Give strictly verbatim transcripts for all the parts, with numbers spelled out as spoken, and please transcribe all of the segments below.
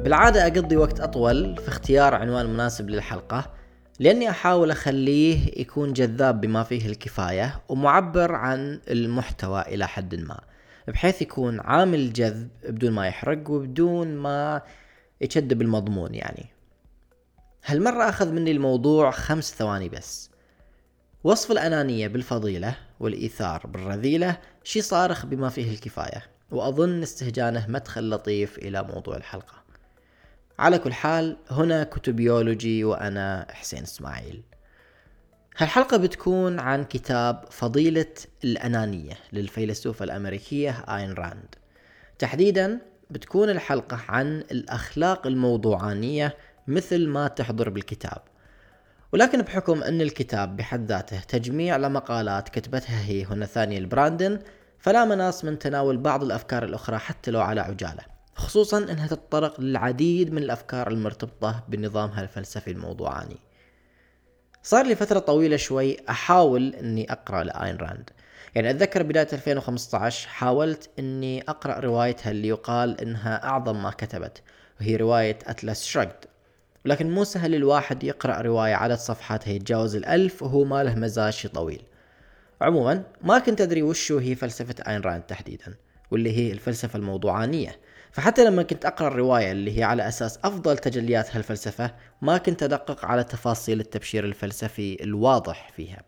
بالعادة أقضي وقت أطول في اختيار عنوان مناسب للحلقة، لأني أحاول أخليه يكون جذاب بما فيه الكفاية ومعبر عن المحتوى إلى حد ما، بحيث يكون عامل جذب بدون ما يحرق وبدون ما يشد بالمضمون. يعني هالمرة أخذ مني الموضوع خمس ثواني بس. وصف الأنانية بالفضيلة والإيثار بالرذيلة شي صارخ بما فيه الكفاية، وأظن استهجانه مدخل لطيف إلى موضوع الحلقة. على كل حال، هنا كتبيولوجي وأنا حسين إسماعيل. هالحلقة بتكون عن كتاب فضيلة الأنانية للفيلسوفة الأمريكية آين راند. تحديدا بتكون الحلقة عن الأخلاق الموضوعانية مثل ما تحضر بالكتاب، ولكن بحكم أن الكتاب بحد ذاته تجميع لمقالات كتبتها هي وناثانييل براندن، فلا مناص من تناول بعض الأفكار الأخرى حتى لو على عجالة، خصوصا أنها تتطرق للعديد من الأفكار المرتبطة بنظامها الفلسفي الموضوعاني. صار لي فترة طويلة شوي أحاول أني أقرأ لآين راند. يعني أتذكر بداية ألفين وخمسة عشر حاولت أني أقرأ روايتها اللي يقال أنها أعظم ما كتبت، وهي رواية أتلس شرقد، ولكن مو سهل الواحد يقرأ رواية عدد صفحاتها يتجاوز الألف وهو ما له مزاج طويل. عموما ما كنت أدري وشو هي فلسفة آين راند تحديدا، واللي هي الفلسفة الموضوعانية. فحتى لما كنت أقرأ الرواية اللي هي على أساس أفضل تجليات هالفلسفة، ما كنت أدقق على تفاصيل التبشير الفلسفي الواضح فيها.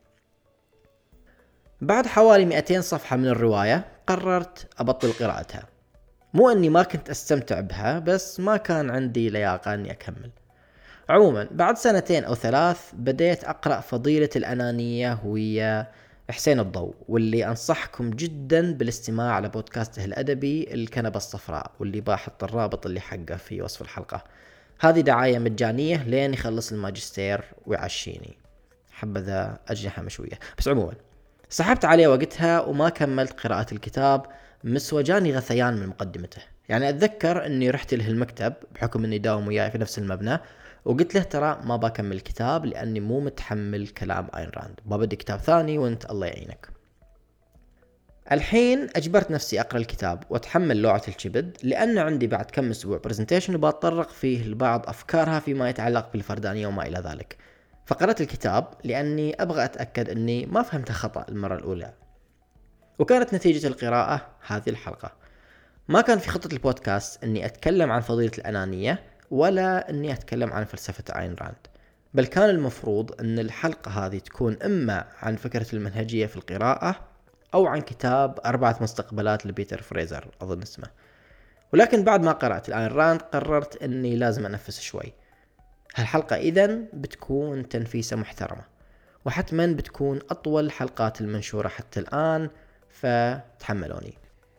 بعد حوالي مئتين صفحة من الرواية قررت أبطل قراءتها. مو أني ما كنت أستمتع بها، بس ما كان عندي لياقة أني أكمل. عموما بعد سنتين أو ثلاث بديت أقرأ فضيلة الأنانية ويا حسين الضوء، واللي أنصحكم جدا بالاستماع على بودكاسته الأدبي الكنبة الصفراء، واللي بحط الرابط اللي حقه في وصف الحلقة. هذه دعاية مجانية لين يخلص الماجستير ويعشيني، حبذا أجنحة مشوية. بس عموما سحبت عليه وقتها وما كملت قراءة الكتاب، مسوجاني غثيان من مقدمته. يعني أتذكر أني رحت له المكتب بحكم أني داوم وياي في نفس المبنى، وقلت له ترى ما بكمل الكتاب لأني مو متحمل كلام آين راند، ما بدي كتاب ثاني وانت الله يعينك. الحين أجبرت نفسي أقرأ الكتاب وأتحمل لوعة الكبد، لأن عندي بعد كم أسبوع برزنتيشن وبتطرق فيه لبعض أفكارها فيما يتعلق بالفردانية وما إلى ذلك. فقرأت الكتاب لأني أبغى أتأكد أني ما فهمتها خطأ المرة الأولى. وكانت نتيجة القراءة هذه الحلقة. ما كان في خطة البودكاست أني أتكلم عن فضيلة الأنانية ولا أني أتكلم عن فلسفة آين راند، بل كان المفروض أن الحلقة هذه تكون إما عن فكرة المنهجية في القراءة أو عن كتاب أربعة مستقبلات لبيتر فريزر أظن اسمه. ولكن بعد ما قرأت آين راند قررت أني لازم أنفس شوي. هالحلقة إذن بتكون تنفيسة محترمة، وحتما بتكون أطول حلقات المنشورة حتى الآن، فتحملوني.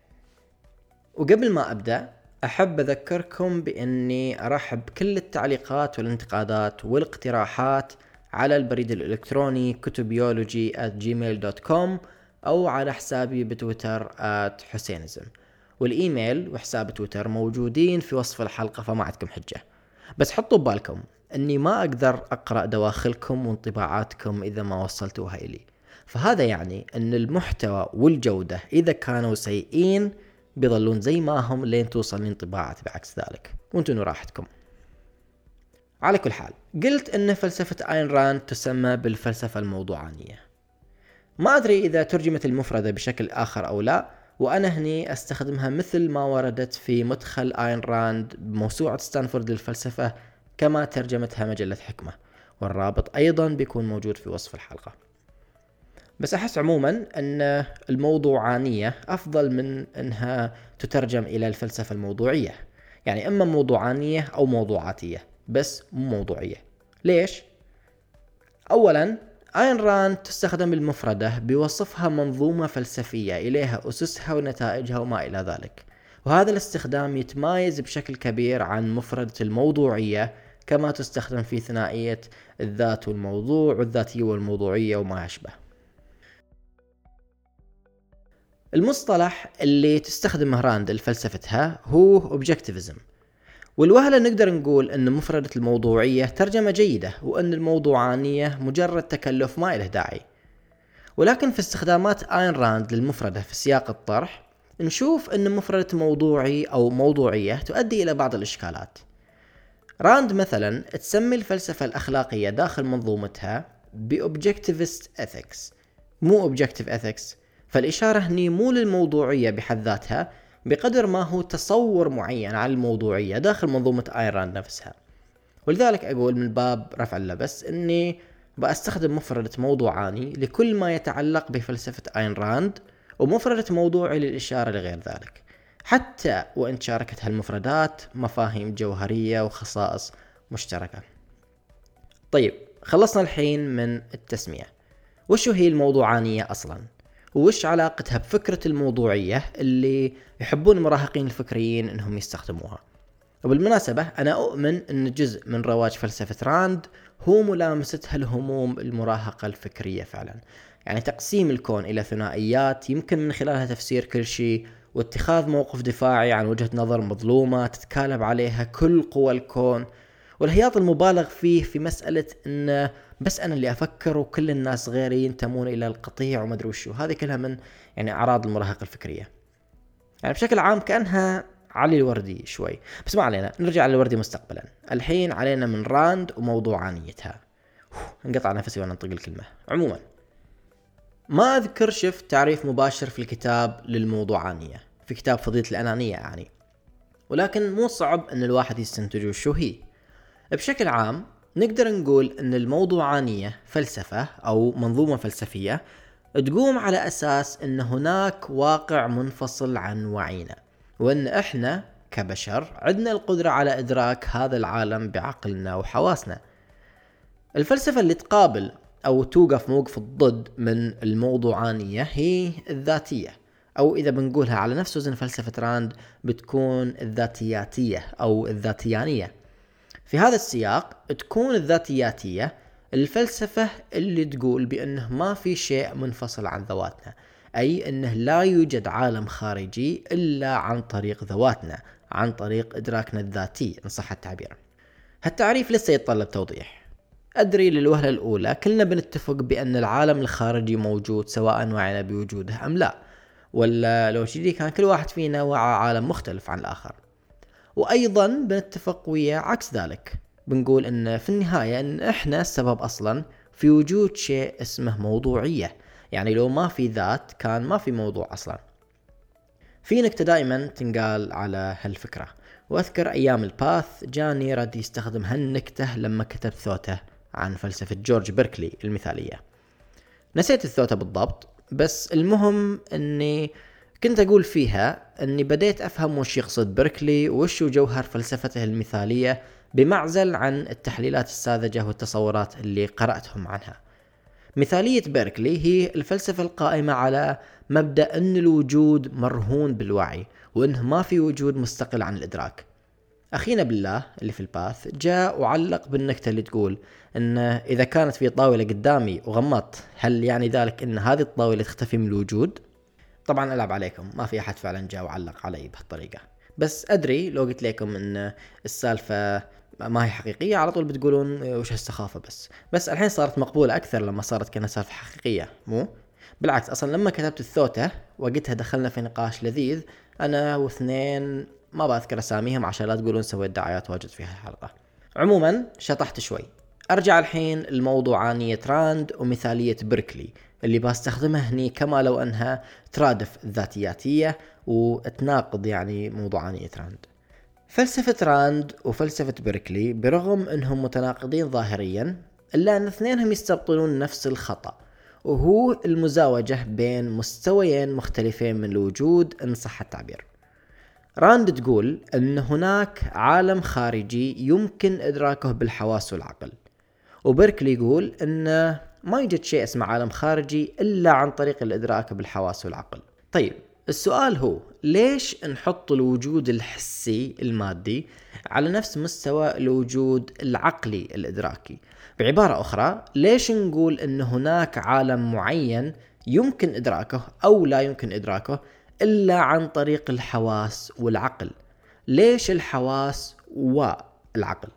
وقبل ما أبدأ أحب أذكركم بأني أرحب بكل التعليقات والانتقادات والاقتراحات على البريد الإلكتروني كتبيولوجي آت جيميل دوت كوم أو على حسابي بتويتر آت حسينزم، والإيميل وحساب تويتر موجودين في وصف الحلقة، فما عندكم حجة. بس حطوا ببالكم أني ما أقدر أقرأ دواخلكم وانطباعاتكم إذا ما وصلتوها إلي، فهذا يعني أن المحتوى والجودة إذا كانوا سيئين بيظلون زي ما هم لين توصل لانطباعات بعكس ذلك، وانتوا راحتكم. على كل حال، قلت ان فلسفة آين راند تسمى بالفلسفة الموضوعانية. ما ادري اذا ترجمت المفردة بشكل اخر او لا، وانا هني استخدمها مثل ما وردت في مدخل آين راند بموسوعة ستانفورد للفلسفة كما ترجمتها مجلة حكمة، والرابط ايضا بيكون موجود في وصف الحلقة. بس أحس عموما أن الموضوعانية أفضل من أنها تترجم إلى الفلسفة الموضوعية. يعني إما موضوعانية أو موضوعاتية، بس مو موضوعية. ليش؟ أولا، آين راند تستخدم المفردة بوصفها منظومة فلسفية إليها أسسها ونتائجها وما إلى ذلك، وهذا الاستخدام يتمايز بشكل كبير عن مفردة الموضوعية كما تستخدم في ثنائية الذات والموضوع والذاتية والموضوعية وما يشبه. المصطلح اللي تستخدمه راند لفلسفتها هو Objectivism، والوهلة نقدر نقول أن مفردة الموضوعية ترجمة جيدة، وأن الموضوعانية مجرد تكلف ما له داعي. ولكن في استخدامات آين راند للمفردة في سياق الطرح نشوف أن مفردة موضوعي أو موضوعية تؤدي إلى بعض الإشكالات. راند مثلا تسمي الفلسفة الأخلاقية داخل منظومتها بobjectivist ethics، مو objective ethics. فالإشارة هني مو للموضوعية بحد ذاتها بقدر ما هو تصور معين عن الموضوعية داخل منظومة آين راند نفسها. ولذلك أقول من باب رفع اللبس أني بأستخدم مفردة موضوعاني لكل ما يتعلق بفلسفة آين راند، ومفردة موضوعي للإشارة لغير ذلك، حتى وإن شاركت هالمفردات مفاهيم جوهرية وخصائص مشتركة. طيب خلصنا الحين من التسمية. وشو هي الموضوعانية أصلا؟ وش علاقتها بفكرة الموضوعية اللي يحبون المراهقين الفكريين إنهم يستخدموها؟ وبالمناسبة أنا أؤمن أن جزء من رواج فلسفة راند هو ملامستها لهموم المراهقة الفكرية فعلا، يعني تقسيم الكون إلى ثنائيات يمكن من خلالها تفسير كل شيء، واتخاذ موقف دفاعي عن وجهة نظر مظلومة تتكالب عليها كل قوى الكون، والهياط المبالغ فيه في مسألة أن بس أنا اللي أفكر وكل الناس غيري ينتمون إلى القطيع وما أدري وشو. هذه كلها من يعني أعراض المراهقة الفكرية، يعني بشكل عام كأنها علي الوردي شوي. بس ما علينا، نرجع للوردي مستقبلا. الحين علينا من راند وموضوعانيتها. انقطع نفسي وانا انطق الكلمة. عموما ما أذكر شفت تعريف مباشر في الكتاب للموضوعانية في كتاب فضيلة الأنانية يعني، ولكن مو صعب أن الواحد يستنتج شو هي. بشكل عام نقدر نقول أن الموضوعانية فلسفة أو منظومة فلسفية تقوم على أساس أن هناك واقع منفصل عن وعينا، وأن إحنا كبشر عندنا القدرة على إدراك هذا العالم بعقلنا وحواسنا. الفلسفة اللي تقابل أو توقف موقف الضد من الموضوعانية هي الذاتية، أو إذا بنقولها على نفس وزن فلسفة راند بتكون الذاتياتية أو الذاتيانية. في هذا السياق تكون الذاتياتية الفلسفة اللي تقول بأنه ما في شيء منفصل عن ذواتنا، أي أنه لا يوجد عالم خارجي إلا عن طريق ذواتنا، عن طريق إدراكنا الذاتي إن صح التعبير. هالتعريف لسه يتطلب توضيح. أدري للوهلة الأولى كلنا بنتفق بأن العالم الخارجي موجود سواء وعينا بوجوده أم لا، ولا لو شدي كان كل واحد فينا وعى عالم مختلف عن الآخر. وأيضا بنتفق ويا عكس ذلك، بنقول أن في النهاية أن إحنا السبب أصلا في وجود شيء اسمه موضوعية، يعني لو ما في ذات كان ما في موضوع أصلا. في نكتة دائما تنقال على هالفكرة، وأذكر أيام الباث جاني رد يستخدم هالنكتة لما كتب ثوته عن فلسفة جورج بيركلي المثالية. نسيت الثوته بالضبط، بس المهم أني كنت أقول فيها أني بديت أفهم وش يقصد بيركلي وش جوهر فلسفته المثالية بمعزل عن التحليلات الساذجة والتصورات اللي قرأتهم عنها. مثالية بيركلي هي الفلسفة القائمة على مبدأ أن الوجود مرهون بالوعي، وأنه ما في وجود مستقل عن الإدراك. أخينا بالله اللي في الباث جاء وعلق بالنكتة اللي تقول أن إذا كانت في طاولة قدامي وغمضت هل يعني ذلك أن هذه الطاولة تختفي من الوجود؟ طبعا ألعب عليكم، ما في أحد فعلا جاء وعلق علي بهالطريقة، بس أدري لو قلت لكم أن السالفة ما هي حقيقية على طول بتقولون وش هالسخافة. بس بس الحين صارت مقبولة أكثر لما صارت كأنها سالفة حقيقية، مو بالعكس. أصلا لما كتبت الثوتة وقتها دخلنا في نقاش لذيذ أنا واثنين ما بذكر أساميهم عشان لا تقولون سويت دعايات واجد في هالحلقة. عموما شطحت شوي. أرجع الحين الموضوعانية راند ومثالية بيركلي اللي بستخدمها هني كما لو أنها ترادف الذاتياتية وتناقض يعني موضوعانية راند. فلسفة راند وفلسفة بيركلي برغم أنهم متناقضين ظاهريا إلا أن اثنينهم يستبطنون نفس الخطأ، وهو المزاوجة بين مستويين مختلفين من الوجود إن صح التعبير. راند تقول أن هناك عالم خارجي يمكن إدراكه بالحواس والعقل، وبيركلي يقول أن ما يوجد شيء اسمه عالم خارجي إلا عن طريق الإدراك بالحواس والعقل. طيب السؤال هو ليش نحط الوجود الحسي المادي على نفس مستوى الوجود العقلي الإدراكي؟ بعبارة أخرى ليش نقول أن هناك عالم معين يمكن إدراكه أو لا يمكن إدراكه إلا عن طريق الحواس والعقل؟ ليش الحواس والعقل؟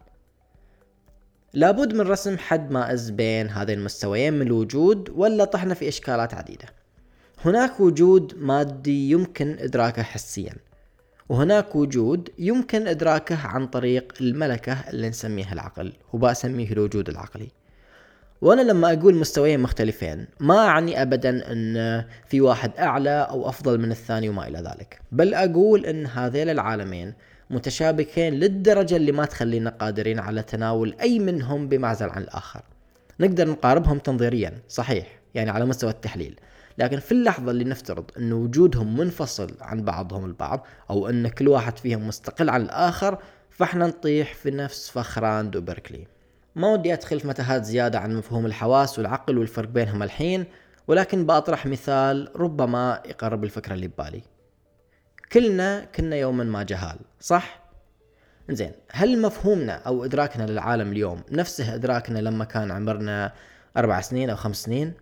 لابد من رسم حد مائز بين هذين المستويين من الوجود ولا طحنا في إشكالات عديدة. هناك وجود مادي يمكن إدراكه حسيا، وهناك وجود يمكن إدراكه عن طريق الملكة اللي نسميها العقل، وبأسميه الوجود العقلي. وأنا لما أقول مستويين مختلفين ما أعني أبدا أن في واحد أعلى أو أفضل من الثاني وما إلى ذلك، بل أقول أن هذين العالمين متشابكين للدرجة اللي ما تخلينا قادرين على تناول أي منهم بمعزل عن الآخر. نقدر نقاربهم تنظيريا صحيح، يعني على مستوى التحليل، لكن في اللحظة اللي نفترض أن وجودهم منفصل عن بعضهم البعض، أو أن كل واحد فيهم مستقل عن الآخر، فإحنا نطيح في نفس فخ راند وبركلي. ما ودي أدخل في متاهات زيادة عن مفهوم الحواس والعقل والفرق بينهم الحين، ولكن بأطرح مثال ربما يقرب الفكرة اللي ببالي. كلنا كنا يوما ما جهال، صح؟ إنزين، هل مفهومنا أو إدراكنا للعالم اليوم نفسه إدراكنا لما كان عمرنا أربع سنين أو خمس سنين؟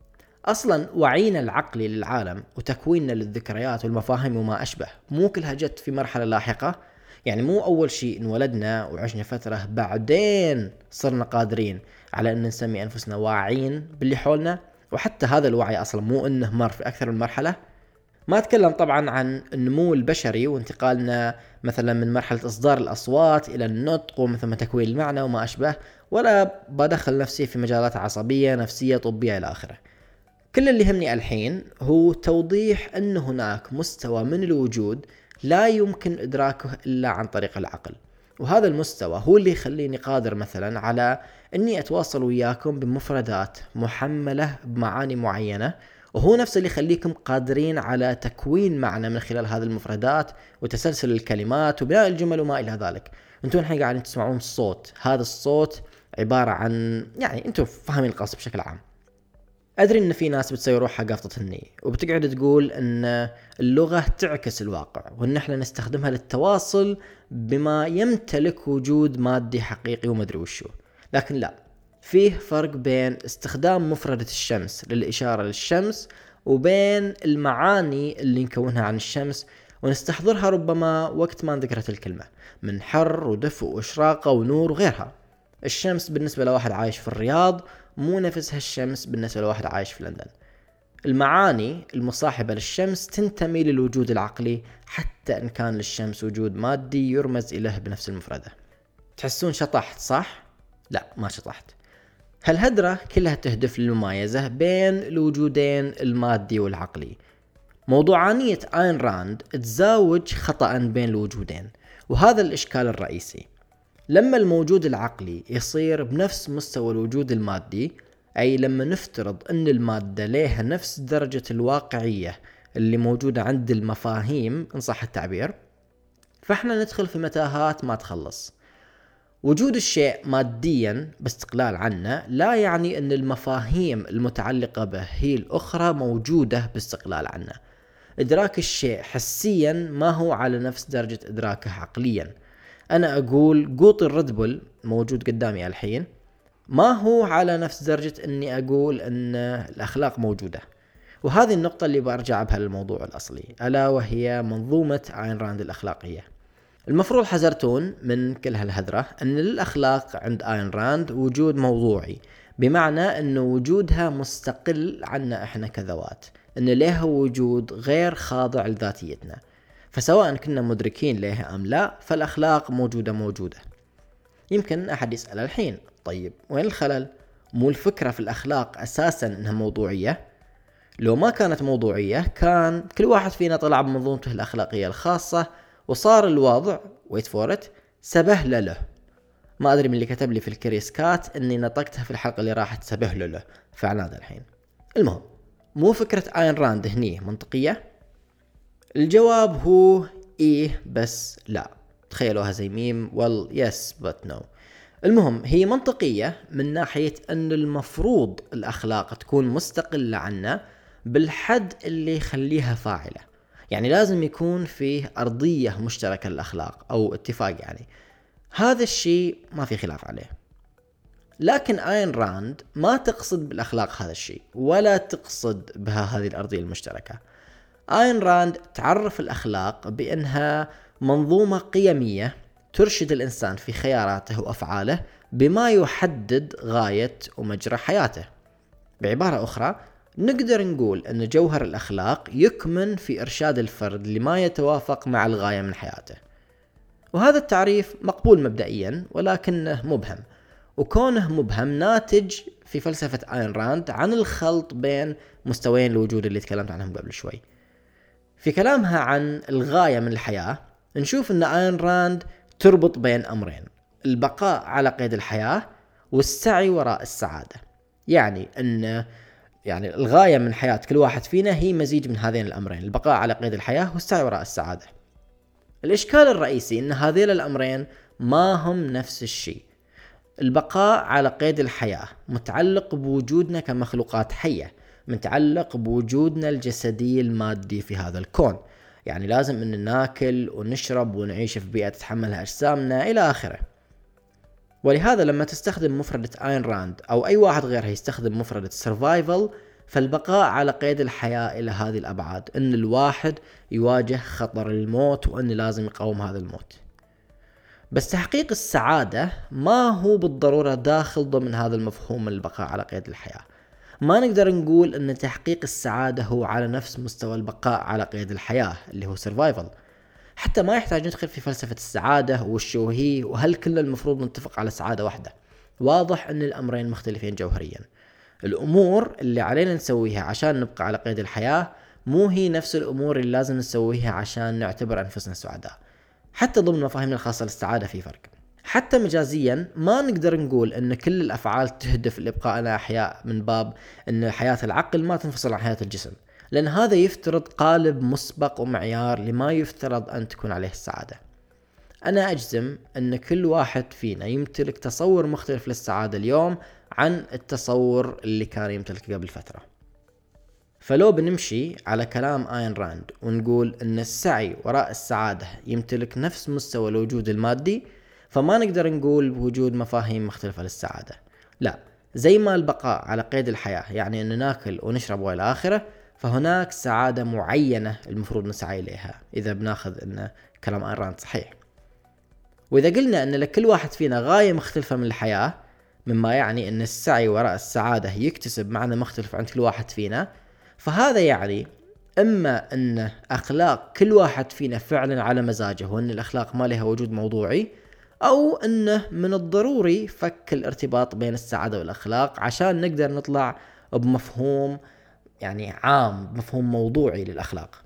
أصلا وعينا العقلي للعالم وتكويننا للذكريات والمفاهيم وما أشبه مو كلها جت في مرحلة لاحقة؟ يعني مو أول شيء انولدنا وعشنا فترة بعدين صرنا قادرين على أن نسمي أنفسنا واعين باللي حولنا، وحتى هذا الوعي أصلا مو أنه مر في أكثر من مرحلة. ما أتكلم طبعا عن النمو البشري وانتقالنا مثلا من مرحلة إصدار الأصوات إلى النطق ومثل ما تكوين المعنى وما أشبه، ولا بدخل نفسي في مجالات عصبية نفسية طبية إلى آخره. كل اللي يهمني الحين هو توضيح أن هناك مستوى من الوجود لا يمكن إدراكه إلا عن طريق العقل، وهذا المستوى هو اللي يخليني قادر مثلا على أني أتواصل وياكم بمفردات محملة بمعاني معينة، وهو نفس اللي يخليكم قادرين على تكوين معنى من خلال هذه المفردات وتسلسل الكلمات وبناء الجمل وما إلى ذلك. أنتم الحين قاعدين تسمعون الصوت، هذا الصوت عبارة عن يعني أنتم فاهمين القصة بشكل عام. أدري أن في ناس بتسوي روحها قافطة النية وبتقعد تقول أن اللغة تعكس الواقع وأن احنا نستخدمها للتواصل بما يمتلك وجود مادي حقيقي ومدري وشو، لكن لا، فيه فرق بين استخدام مفردة الشمس للإشارة للشمس وبين المعاني اللي نكونها عن الشمس ونستحضرها ربما وقت ما ذكرت الكلمة من حر ودفء وإشراقة ونور وغيرها. الشمس بالنسبة لواحد عايش في الرياض مو نفس هالشمس بالنسبة لواحد عايش في لندن. المعاني المصاحبة للشمس تنتمي للوجود العقلي حتى إن كان للشمس وجود مادي يرمز إليه بنفس المفردة. تحسون شطحت صح؟ لا ما شطحت. هالهدرة كلها تهدف للممايزة بين الوجودين المادي والعقلي. موضوعانية آين راند تزاوج خطأ بين الوجودين، وهذا الإشكال الرئيسي. لما الموجود العقلي يصير بنفس مستوى الوجود المادي، أي لما نفترض أن المادة لها نفس درجة الواقعية اللي موجودة عند المفاهيم إن صح التعبير، فإحنا ندخل في متاهات ما تخلص. وجود الشيء ماديا باستقلال عنه لا يعني أن المفاهيم المتعلقة به هي الأخرى موجودة باستقلال عنه. إدراك الشيء حسيا ما هو على نفس درجة إدراكه عقليا. أنا أقول قوط الردبل موجود قدامي الحين ما هو على نفس درجة أني أقول أن الأخلاق موجودة. وهذه النقطة اللي برجع بها للموضوع الأصلي، ألا وهي منظومة آين راند الأخلاقية. المفروض حذرتون من كل هالهدرة أن للأخلاق عند آين راند وجود موضوعي، بمعنى أن وجودها مستقل عنا إحنا كذوات، أن لها وجود غير خاضع لذاتيتنا. فسواء كنا مدركين لها أم لا، فالأخلاق موجودة موجودة. يمكن أحد يسأل الحين، طيب وين الخلل؟ مو الفكرة في الأخلاق أساسا أنها موضوعية؟ لو ما كانت موضوعية كان كل واحد فينا طلع بمنظومته الأخلاقية الخاصة وصار الوضع wait for it سبهل له. ما أدري من اللي كتب لي في الكريسكات أني نطقتها في الحلقة اللي راحت سبهل له فعلا هذا الحين. المهم، مو فكرة آين راند هني منطقية؟ الجواب هو إيه بس لا. تخيلوها زي ميم well yes but no. المهم هي منطقية من ناحية أن المفروض الأخلاق تكون مستقلة عنا بالحد اللي يخليها فاعلة. يعني لازم يكون فيه أرضية مشتركة للأخلاق أو اتفاق، يعني هذا الشيء ما في خلاف عليه. لكن آين راند ما تقصد بالأخلاق هذا الشيء ولا تقصد بها هذه الأرضية المشتركة. آين راند تعرف الأخلاق بأنها منظومة قيمية ترشد الإنسان في خياراته وأفعاله بما يحدد غاية ومجرى حياته. بعبارة أخرى، نقدر نقول أن جوهر الأخلاق يكمن في إرشاد الفرد لما يتوافق مع الغاية من حياته. وهذا التعريف مقبول مبدئيا ولكنه مبهم، وكونه مبهم ناتج في فلسفة آين راند عن الخلط بين مستويين الوجود اللي تكلمت عنهم قبل شوي. في كلامها عن الغاية من الحياة نشوف أن آين راند تربط بين أمرين: البقاء على قيد الحياة والسعي وراء السعادة. يعني أن يعني الغاية من حياة كل واحد فينا هي مزيج من هذين الأمرين: البقاء على قيد الحياة والسعي وراء السعادة. الإشكال الرئيسي أن هذين الأمرين ما هم نفس الشيء. البقاء على قيد الحياة متعلق بوجودنا كمخلوقات حية، متعلق بوجودنا الجسدي المادي في هذا الكون، يعني لازم أن ناكل ونشرب ونعيش في بيئة تتحملها أجسامنا إلى آخره. ولهذا لما تستخدم مفردة آين راند أو أي واحد غيرها يستخدم مفردة survival، فالبقاء على قيد الحياة إلى هذه الأبعاد: أن الواحد يواجه خطر الموت وأن لازم يقاوم هذا الموت. بس تحقيق السعادة ما هو بالضرورة داخل ضمن هذا المفهوم من البقاء على قيد الحياة. ما نقدر نقول أن تحقيق السعادة هو على نفس مستوى البقاء على قيد الحياة اللي هو survival. حتى ما يحتاج ندخل في فلسفة السعادة والشو هي وهل كل المفروض نتفق على سعادة واحدة. واضح أن الأمرين مختلفين جوهريا. الأمور اللي علينا نسويها عشان نبقى على قيد الحياة مو هي نفس الأمور اللي لازم نسويها عشان نعتبر أنفسنا سعداء. حتى ضمن مفاهيمنا الخاصة للسعادة في فرق. حتى مجازيا ما نقدر نقول أن كل الأفعال تهدف لإبقائنا أحياء من باب أن حياة العقل ما تنفصل عن حياة الجسم، لأن هذا يفترض قالب مسبق ومعيار لما يفترض أن تكون عليه السعادة. أنا أجزم أن كل واحد فينا يمتلك تصور مختلف للسعادة اليوم عن التصور اللي كان يمتلكه قبل فترة. فلو بنمشي على كلام آين راند ونقول أن السعي وراء السعادة يمتلك نفس مستوى الوجود المادي، فما نقدر نقول بوجود مفاهيم مختلفة للسعادة. لا، زي ما البقاء على قيد الحياة يعني أن ناكل ونشرب وإلى آخره، فهناك سعادة معينة المفروض نسعى إليها إذا بناخذ أن كلام آين راند صحيح. وإذا قلنا أن لكل واحد فينا غاية مختلفة من الحياة، مما يعني أن السعي وراء السعادة يكتسب معنى مختلف عند كل واحد فينا، فهذا يعني إما أن أخلاق كل واحد فينا فعلا على مزاجه وأن الأخلاق ما لها وجود موضوعي، أو أنه من الضروري فك الارتباط بين السعادة والأخلاق عشان نقدر نطلع بمفهوم يعني عام، مفهوم موضوعي للأخلاق.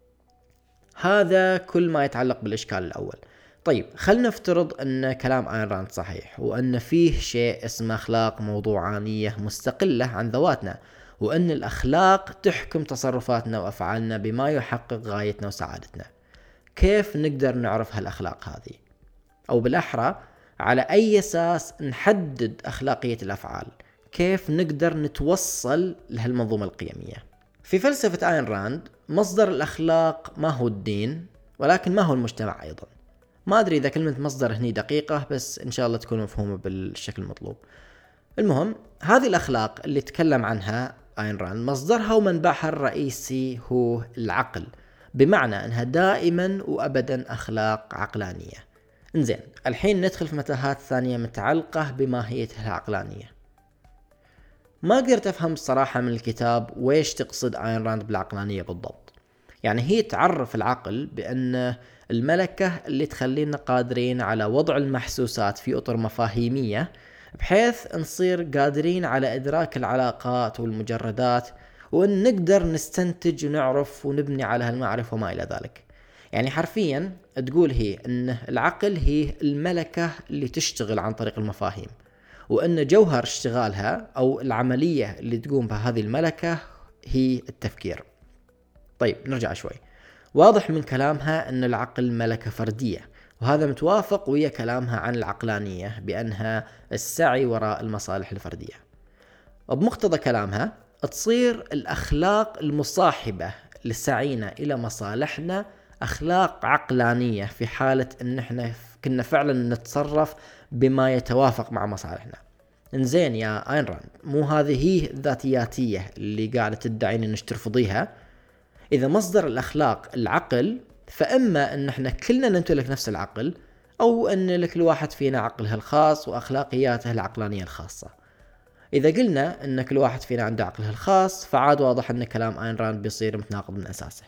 هذا كل ما يتعلق بالإشكال الأول. طيب خلنا نفترض أن كلام آين راند صحيح، وأن فيه شيء اسمه أخلاق موضوعانية مستقلة عن ذواتنا، وأن الأخلاق تحكم تصرفاتنا وأفعالنا بما يحقق غايتنا وسعادتنا. كيف نقدر نعرف هالأخلاق هذه؟ أو بالأحرى على أي أساس نحدد أخلاقية الأفعال؟ كيف نقدر نتوصل لهالمنظومة القيمية؟ في فلسفة آين راند مصدر الأخلاق ما هو الدين، ولكن ما هو المجتمع أيضا. ما أدري إذا كلمة مصدر هني دقيقة، بس إن شاء الله تكون مفهومة بالشكل المطلوب. المهم، هذه الأخلاق اللي تكلم عنها آين راند مصدرها ومنبعها الرئيسي هو العقل، بمعنى أنها دائما وأبدا أخلاق عقلانية. انزين، الحين ندخل في متاهات ثانية متعلقة بماهيتها العقلانية. ما قدرت أفهم الصراحة من الكتاب ويش تقصد آين راند بالعقلانية بالضبط. يعني هي تعرف العقل بأن الملكة اللي تخلينا قادرين على وضع المحسوسات في أطر مفاهيمية بحيث نصير قادرين على إدراك العلاقات والمجردات، وأن نقدر نستنتج ونعرف ونبني على هالمعرفة وما إلى ذلك. يعني حرفيا تقول هي أن العقل هي الملكة اللي تشتغل عن طريق المفاهيم، وأن جوهر اشتغالها أو العملية اللي تقوم بها هذه الملكة هي التفكير. طيب نرجع شوي. واضح من كلامها أن العقل ملكة فردية، وهذا متوافق ويا كلامها عن العقلانية بأنها السعي وراء المصالح الفردية. وبمقتضى كلامها تصير الأخلاق المصاحبة لسعينا إلى مصالحنا أخلاق عقلانية في حالة أن احنا كنا فعلا نتصرف بما يتوافق مع مصالحنا. انزين يا آين راند، مو هذه هي الذاتياتية اللي قاعدة تدعين انك ترفضيها؟ إذا مصدر الأخلاق العقل، فإما أن احنا كلنا نمتلك نفس العقل، أو أن لكل واحد فينا عقلها الخاص وأخلاقياته العقلانية الخاصة. إذا قلنا أن كل واحد فينا عنده عقله الخاص، فعاد واضح أن كلام آين راند بيصير متناقض من أساسه.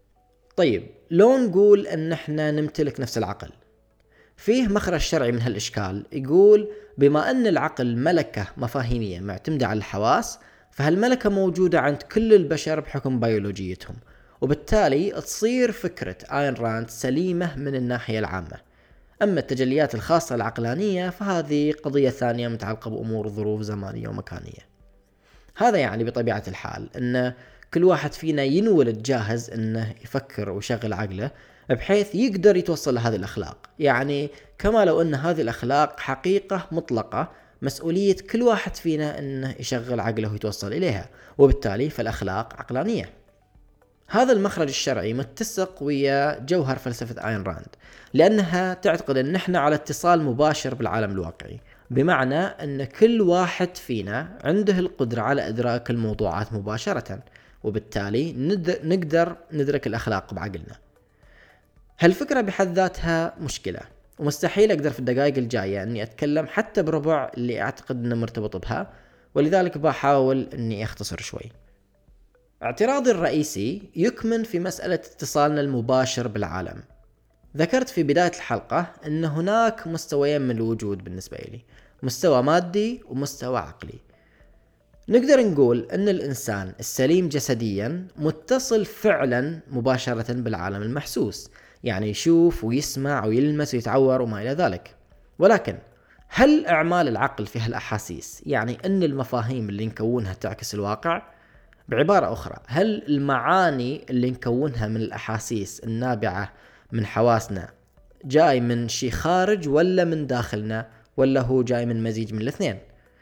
طيب لو نقول أن احنا نمتلك نفس العقل، فيه مخرج شرعي من هالإشكال يقول بما أن العقل ملكة مفاهيمية معتمدة على الحواس، فهالملكة موجودة عند كل البشر بحكم بيولوجيتهم، وبالتالي تصير فكرة آين راند سليمة من الناحية العامة. أما التجليات الخاصة العقلانية فهذه قضية ثانية متعلقة بأمور ظروف زمانية ومكانية. هذا يعني بطبيعة الحال أن كل واحد فينا ينولد جاهز أنه يفكر ويشغل عقله بحيث يقدر يتوصل لهذه الأخلاق، يعني كما لو أن هذه الأخلاق حقيقة مطلقة مسؤولية كل واحد فينا أنه يشغل عقله ويتوصل إليها، وبالتالي فالأخلاق عقلانية. هذا المخرج الشرعي متسق ويا جوهر فلسفة آين راند، لأنها تعتقد أن نحن على اتصال مباشر بالعالم الواقعي، بمعنى أن كل واحد فينا عنده القدرة على إدراك الموضوعات مباشرة، وبالتالي نقدر ندرك الأخلاق بعقلنا. هالفكرة بحد ذاتها مشكلة، ومستحيل أقدر في الدقائق الجاية أني أتكلم حتى بربع اللي أعتقد أنه مرتبط بها، ولذلك بحاول أني أختصر شوي. اعتراضي الرئيسي يكمن في مسألة اتصالنا المباشر بالعالم. ذكرت في بداية الحلقة أن هناك مستويين من الوجود بالنسبة لي، مستوى مادي ومستوى عقلي. نقدر نقول أن الإنسان السليم جسديا متصل فعلا مباشرة بالعالم المحسوس، يعني يشوف ويسمع ويلمس ويتعور وما إلى ذلك. ولكن هل أعمال العقل فيها الأحاسيس، يعني أن المفاهيم اللي نكونها تعكس الواقع؟ بعبارة أخرى، هل المعاني اللي نكونها من الأحاسيس النابعة من حواسنا جاي من شيء خارج ولا من داخلنا، ولا هو جاي من مزيج من الاثنين؟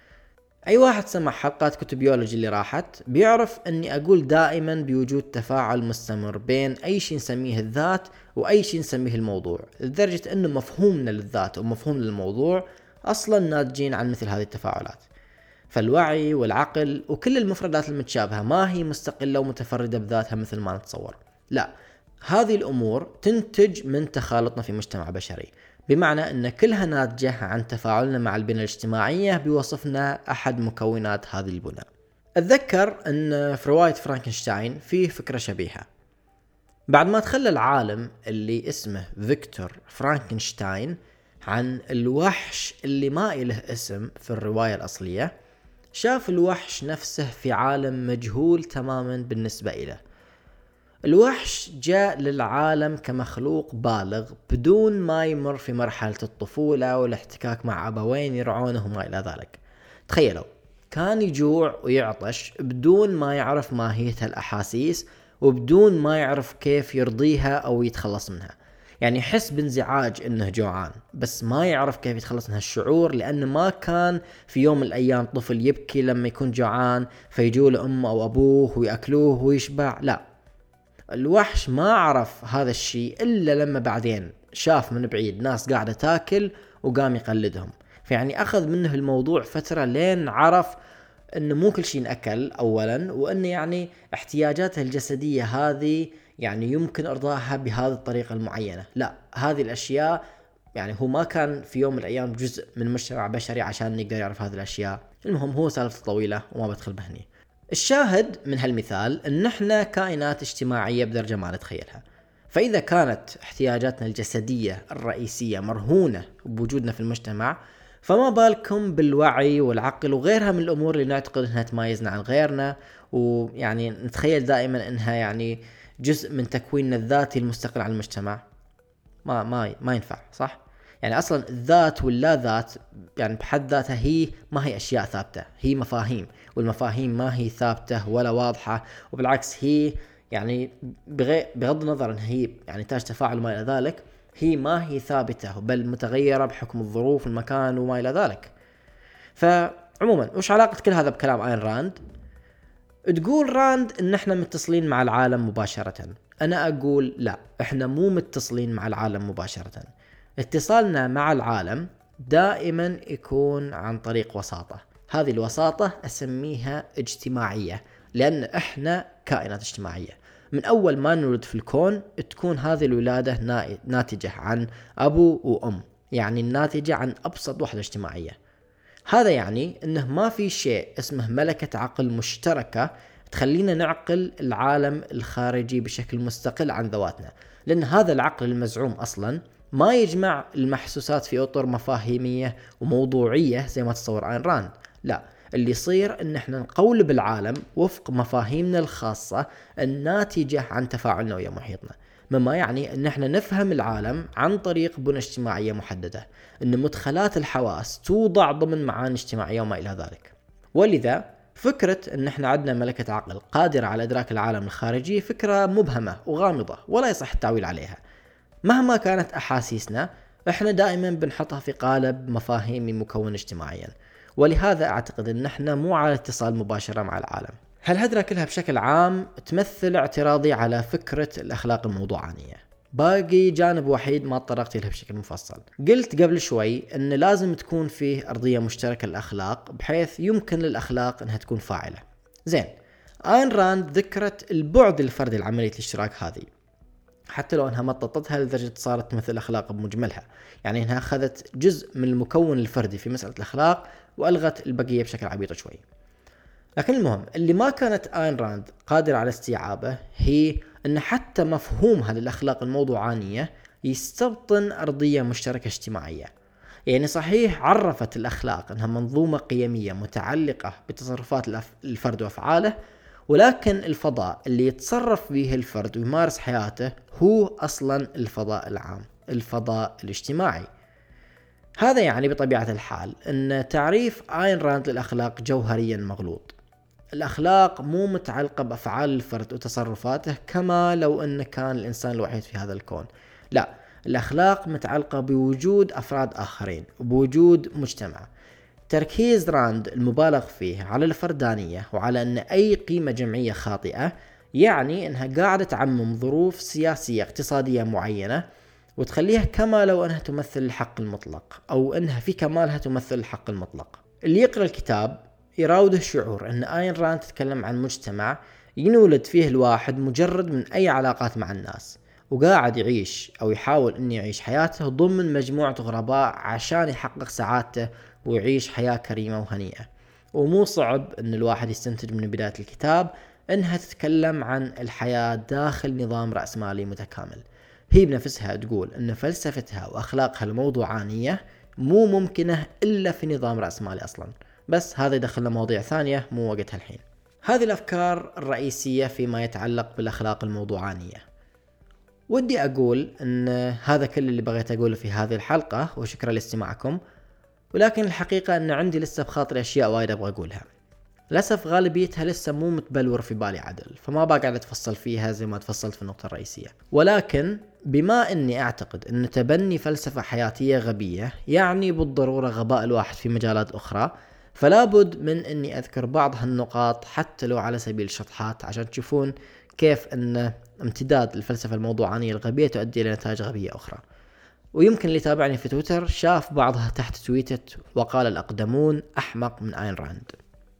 أي واحد سمع حلقات كتب بيولوجي اللي راحت بيعرف أني أقول دائما بوجود تفاعل مستمر بين أي شيء نسميه الذات وأي شيء نسميه الموضوع، لدرجة أنه مفهومنا للذات ومفهوم للموضوع أصلا ناتجين عن مثل هذه التفاعلات. فالوعي والعقل وكل المفردات المتشابهة ما هي مستقلة ومتفردة بذاتها مثل ما نتصور، لا، هذه الأمور تنتج من تخالطنا في مجتمع بشري، بمعنى أن كلها ناتجة عن تفاعلنا مع البنى الاجتماعية بوصفنا أحد مكونات هذه البنى. أتذكر أن في رواية فرانكنشتاين فيه فكرة شبيهة. بعد ما تخلى العالم اللي اسمه فيكتور فرانكنشتاين عن الوحش اللي ما إله اسم في الرواية الأصلية، شاف الوحش نفسه في عالم مجهول تماما بالنسبة إله. الوحش جاء للعالم كمخلوق بالغ بدون ما يمر في مرحلة الطفولة والاحتكاك مع أبوين يرعونه وما إلى ذلك. تخيلوا، كان يجوع ويعطش بدون ما يعرف ماهية الأحاسيس وبدون ما يعرف كيف يرضيها أو يتخلص منها. يعني يحس بانزعاج إنه جوعان بس ما يعرف كيف يتخلص من هالشعور، لأنه ما كان في يوم من الأيام طفل يبكي لما يكون جوعان فيجوا لأمه أو أبوه ويأكلوه ويشبع. لا، الوحش ما عرف هذا الشيء إلا لما بعدين شاف من بعيد ناس قاعدة تاكل وقام يقلدهم. فيعني أخذ منه الموضوع فترة لين عرف إنه مو كل شيء نأكل أولا، وإنه يعني احتياجاته الجسدية هذه يعني يمكن إرضائها بهذه الطريقة المعينة. لا، هذه الأشياء يعني هو ما كان في يوم من الأيام جزء من مجتمع بشري عشان يقدر يعرف هذه الأشياء. المهم هو سالفة طويلة وما بدخل بهني. الشاهد من هالمثال إن إحنا كائنات اجتماعية بدرجة ما نتخيلها، فإذا كانت احتياجاتنا الجسدية الرئيسية مرهونة بوجودنا في المجتمع، فما بالكم بالوعي والعقل وغيرها من الأمور اللي نعتقد أنها تميزنا عن غيرنا، ويعني نتخيل دائما أنها يعني جزء من تكويننا الذاتي المستقل عن المجتمع. ما ما ما ينفع، صح؟ يعني أصلا الذات واللا ذات يعني بحد ذاتها هي ما هي أشياء ثابتة، هي مفاهيم، والمفاهيم ما هي ثابتة ولا واضحة، وبالعكس هي يعني بغض النظر أن هي يعني تاج تفاعل وما إلى ذلك، هي ما هي ثابتة بل متغيرة بحكم الظروف والمكان وما إلى ذلك. فعموما وش علاقة كل هذا بكلام آين راند؟ تقول راند إن إحنا متصلين مع العالم مباشرة. أنا أقول لا، إحنا مو متصلين مع العالم مباشرة. اتصالنا مع العالم دائما يكون عن طريق وساطة. هذه الوساطة أسميها اجتماعية، لأن إحنا كائنات اجتماعية. من أول ما نولد في الكون تكون هذه الولادة ناتجة عن أبو وأم، يعني الناتجة عن أبسط وحدة اجتماعية. هذا يعني انه ما في شيء اسمه ملكة عقل مشتركة تخلينا نعقل العالم الخارجي بشكل مستقل عن ذواتنا، لأن هذا العقل المزعوم أصلا ما يجمع المحسوسات في أطر مفاهيمية وموضوعية زي ما تصور آين راند. لا، اللي يصير ان احنا نقولب العالم وفق مفاهيمنا الخاصة الناتجة عن تفاعلنا ويا محيطنا، مما يعني ان احنا نفهم العالم عن طريق بنى اجتماعية محددة، ان مدخلات الحواس توضع ضمن معاني اجتماعية وما الى ذلك. ولذا فكرة ان احنا عندنا ملكة عقل قادرة على ادراك العالم الخارجي فكرة مبهمة وغامضة ولا يصح التعويل عليها. مهما كانت احاسيسنا احنا دائما بنحطها في قالب مفاهيمي مكون اجتماعيا، ولهذا اعتقد ان احنا مو على اتصال مباشرة مع العالم. هالهدرة كلها بشكل عام تمثل اعتراضي على فكرة الاخلاق الموضوعانية. باقي جانب وحيد ما تطرقت له بشكل مفصل. قلت قبل شوي ان لازم تكون فيه ارضية مشتركة للاخلاق بحيث يمكن للاخلاق انها تكون فاعلة. زين، آين راند ذكرت البعد الفردي لعملية الاشتراك هذه، حتى لو انها مططتها لدرجة صارت مثل الاخلاق بمجملها، يعني انها اخذت جزء من المكون الفردي في مسألة الاخلاق والغت البقية بشكل عبيط شوي. لكن المهم اللي ما كانت آين راند قادرة على استيعابه هي ان حتى مفهوم هذه الاخلاق الموضوعانية يستبطن ارضية مشتركة اجتماعية. يعني صحيح عرفت الاخلاق انها منظومة قيمية متعلقة بتصرفات الفرد وافعاله، ولكن الفضاء اللي يتصرف فيه الفرد ويمارس حياته هو اصلا الفضاء العام، الفضاء الاجتماعي. هذا يعني بطبيعة الحال ان تعريف آين راند للاخلاق جوهريا مغلوط. الأخلاق مو متعلقة بأفعال الفرد وتصرفاته كما لو أن كان الإنسان الوحيد في هذا الكون. لا، الأخلاق متعلقة بوجود أفراد آخرين وبوجود مجتمع. تركيز راند المبالغ فيه على الفردانية وعلى أن أي قيمة جمعية خاطئة يعني أنها قاعدة تعمم ظروف سياسية اقتصادية معينة وتخليها كما لو أنها تمثل الحق المطلق، أو أنها في كمالها تمثل الحق المطلق. اللي يقرأ الكتاب يراوده الشعور أن آين راند تتكلم عن مجتمع ينولد فيه الواحد مجرد من أي علاقات مع الناس، وقاعد يعيش أو يحاول أن يعيش حياته ضمن مجموعة غرباء عشان يحقق سعادته ويعيش حياة كريمة وهنيئة. ومو صعب أن الواحد يستنتج من بداية الكتاب أنها تتكلم عن الحياة داخل نظام رأسمالي متكامل. هي بنفسها تقول أن فلسفتها وأخلاقها الموضوعانية مو ممكنة إلا في نظام رأسمالي أصلاً، بس هذا يدخلنا مواضيع ثانية مو وقتها الحين. هذه الأفكار الرئيسية فيما يتعلق بالأخلاق الموضوعانية. ودي أقول أن هذا كل اللي بغيت أقوله في هذه الحلقة، وشكرا لاستماعكم. ولكن الحقيقة أن عندي لسه بخاطري أشياء وايد أبغى أقولها، للأسف غالبيتها لسه مو متبلور في بالي عدل، فما بقعد أتفصل فيها زي ما تفصلت في النقطة الرئيسية. ولكن بما أني أعتقد أن تبني فلسفة حياتية غبية يعني بالضرورة غباء الواحد في مجالات أخرى، فلا بد من أني أذكر بعض هالنقاط حتى لو على سبيل الشطحات عشان تشوفون كيف أن امتداد الفلسفة الموضوعانية الغبية تؤدي إلى نتائج غبية أخرى. ويمكن اللي تابعني في تويتر شاف بعضها تحت تويتة وقال الأقدمون أحمق من آين راند.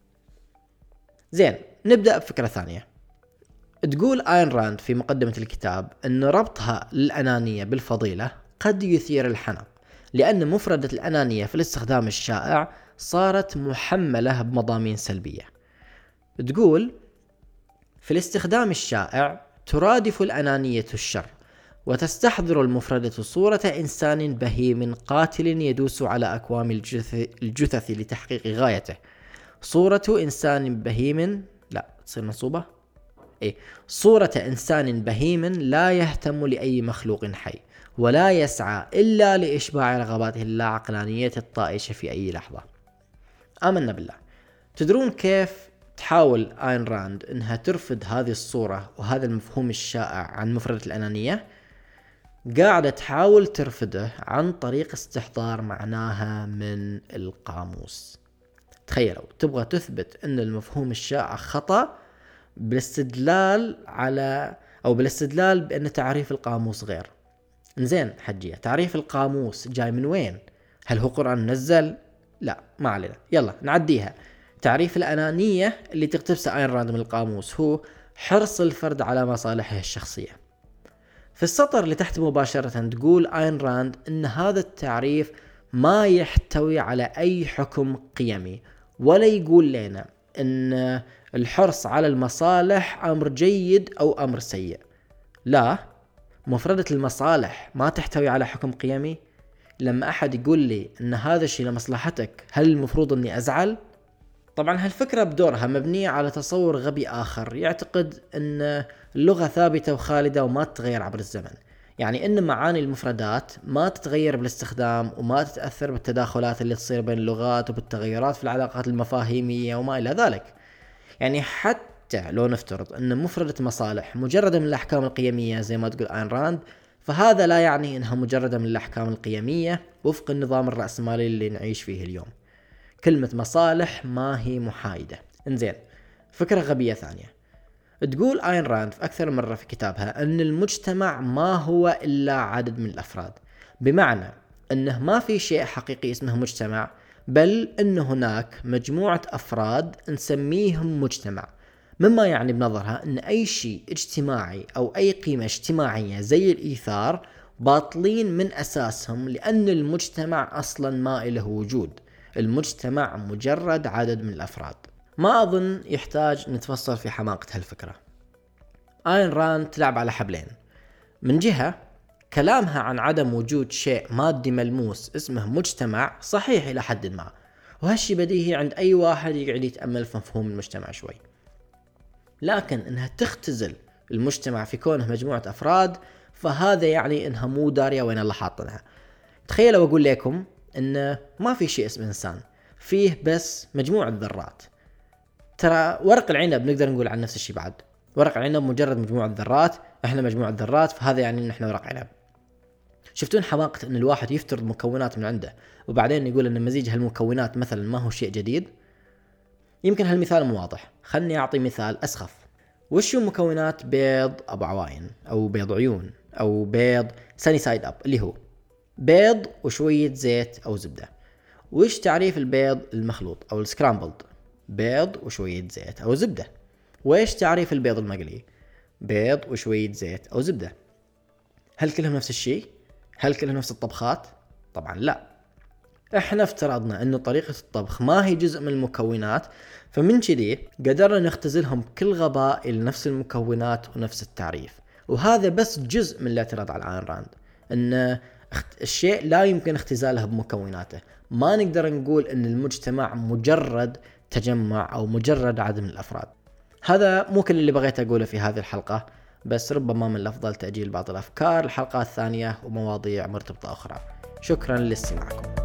زين، نبدأ بفكرة ثانية. تقول آين راند في مقدمة الكتاب أن ربطها للأنانية بالفضيلة قد يثير الحنق، لأن مفردة الأنانية في الاستخدام الشائع صارت محملة بمضامين سلبية. تقول في الاستخدام الشائع ترادف الأنانية الشر، وتستحضر المفردة صورة إنسان بهيم قاتل يدوس على أكوام الجثث لتحقيق غايته. صورة إنسان بهيم لا تصير منصوبة إيه صورة إنسان بهيم لا يهتم لأي مخلوق حي ولا يسعى إلا لإشباع رغباته اللا عقلانية الطائشة في أي لحظة. آمنا بالله. تدرون كيف تحاول آين راند إنها ترفض هذه الصورة وهذا المفهوم الشائع عن مفردة الأنانية؟ قاعدة تحاول ترفضه عن طريق استحضار معناها من القاموس. تخيلوا تبغى تثبت ان المفهوم الشائع خطأ بالاستدلال على او بالاستدلال بان تعريف القاموس غير. انزين حجية، تعريف القاموس جاي من وين؟ هل هو قرآن منزل؟ لا، ما علينا، يلا نعديها. تعريف الأنانية اللي تقتبسه آين راند من القاموس هو حرص الفرد على مصالحه الشخصية. في السطر اللي تحت مباشرة تقول آين راند ان هذا التعريف ما يحتوي على أي حكم قيمي، ولا يقول لنا أن الحرص على المصالح أمر جيد أو أمر سيء. لا، مفردة المصالح ما تحتوي على حكم قيمي. لما أحد يقول لي أن هذا الشيء لمصلحتك، هل المفروض أني أزعل؟ طبعا هالفكرة بدورها مبنية على تصور غبي آخر يعتقد أن اللغة ثابتة وخالدة وما تتغير عبر الزمن، يعني أن معاني المفردات ما تتغير بالاستخدام وما تتأثر بالتداخلات اللي تصير بين اللغات وبالتغيرات في العلاقات المفاهيمية وما إلى ذلك. يعني حتى لو نفترض أن مفردة مصالح مجردة من الأحكام القيمية زي ما تقول آين راند، فهذا لا يعني أنها مجردة من الأحكام القيمية وفق النظام الرأسمالي اللي نعيش فيه اليوم. كلمة مصالح ما هي محايدة. انزين، فكرة غبية ثانية تقول آين راند في أكثر مرة في كتابها أن المجتمع ما هو إلا عدد من الأفراد، بمعنى أنه ما في شيء حقيقي اسمه مجتمع، بل أن هناك مجموعة أفراد نسميهم مجتمع، مما يعني بنظرها أن أي شيء اجتماعي أو أي قيمة اجتماعية زي الإيثار باطلين من أساسهم، لأن المجتمع أصلا ما له وجود. المجتمع مجرد عدد من الأفراد. ما أظن يحتاج نتفصل في حماقة هالفكرة. آين راند تلعب على حبلين. من جهة كلامها عن عدم وجود شيء مادي ملموس اسمه مجتمع صحيح إلى حد ما، وهالشي بديهي عند أي واحد يقعد يتأمل في مفهوم المجتمع شوي، لكن إنها تختزل المجتمع في كونه مجموعة أفراد، فهذا يعني إنها مو دارية وين الله حاطنها. تخيلوا أقول لكم إن ما في شيء اسمه إنسان، فيه بس مجموعة ذرات. ترى ورق العنب نقدر نقول عن نفس الشيء بعد، ورق العنب مجرد مجموعة ذرات، إحنا مجموعة ذرات، فهذا يعني إن إحنا ورق عنب. شفتون حماقة إن الواحد يفترض مكونات من عنده وبعدين يقول إن مزيج هالمكونات مثلا ما هو شيء جديد؟ يمكن هالمثال مو واضح، خلني أعطي مثال أسخف. وشو مكونات بيض أبو عواين أو بيض عيون أو بيض ساني سايد أب، اللي هو بيض وشوية زيت أو زبدة. وش تعريف البيض المخلوط أو السكرامبلد؟ بيض وشوية زيت أو زبدة. وإيش تعريف البيض المقلي؟ بيض وشوية زيت أو زبدة. هل كلهم نفس الشيء؟ هل كلهم نفس الطبخات؟ طبعا لا. احنا افترضنا انه طريقة الطبخ ما هي جزء من المكونات، فمن كذي قدرنا نختزلهم بكل غباء إلى نفس المكونات ونفس التعريف. وهذا بس جزء من الاعتراض على آين راند، ان الشيء لا يمكن اختزاله بمكوناته. ما نقدر نقول ان المجتمع مجرد تجمع او مجرد عدد من الافراد. هذا مو كل اللي بغيت اقوله في هذه الحلقة، بس ربما من الافضل تأجيل بعض الافكار الحلقات الثانية ومواضيع مرتبطة اخرى. شكرا لاستماعكم.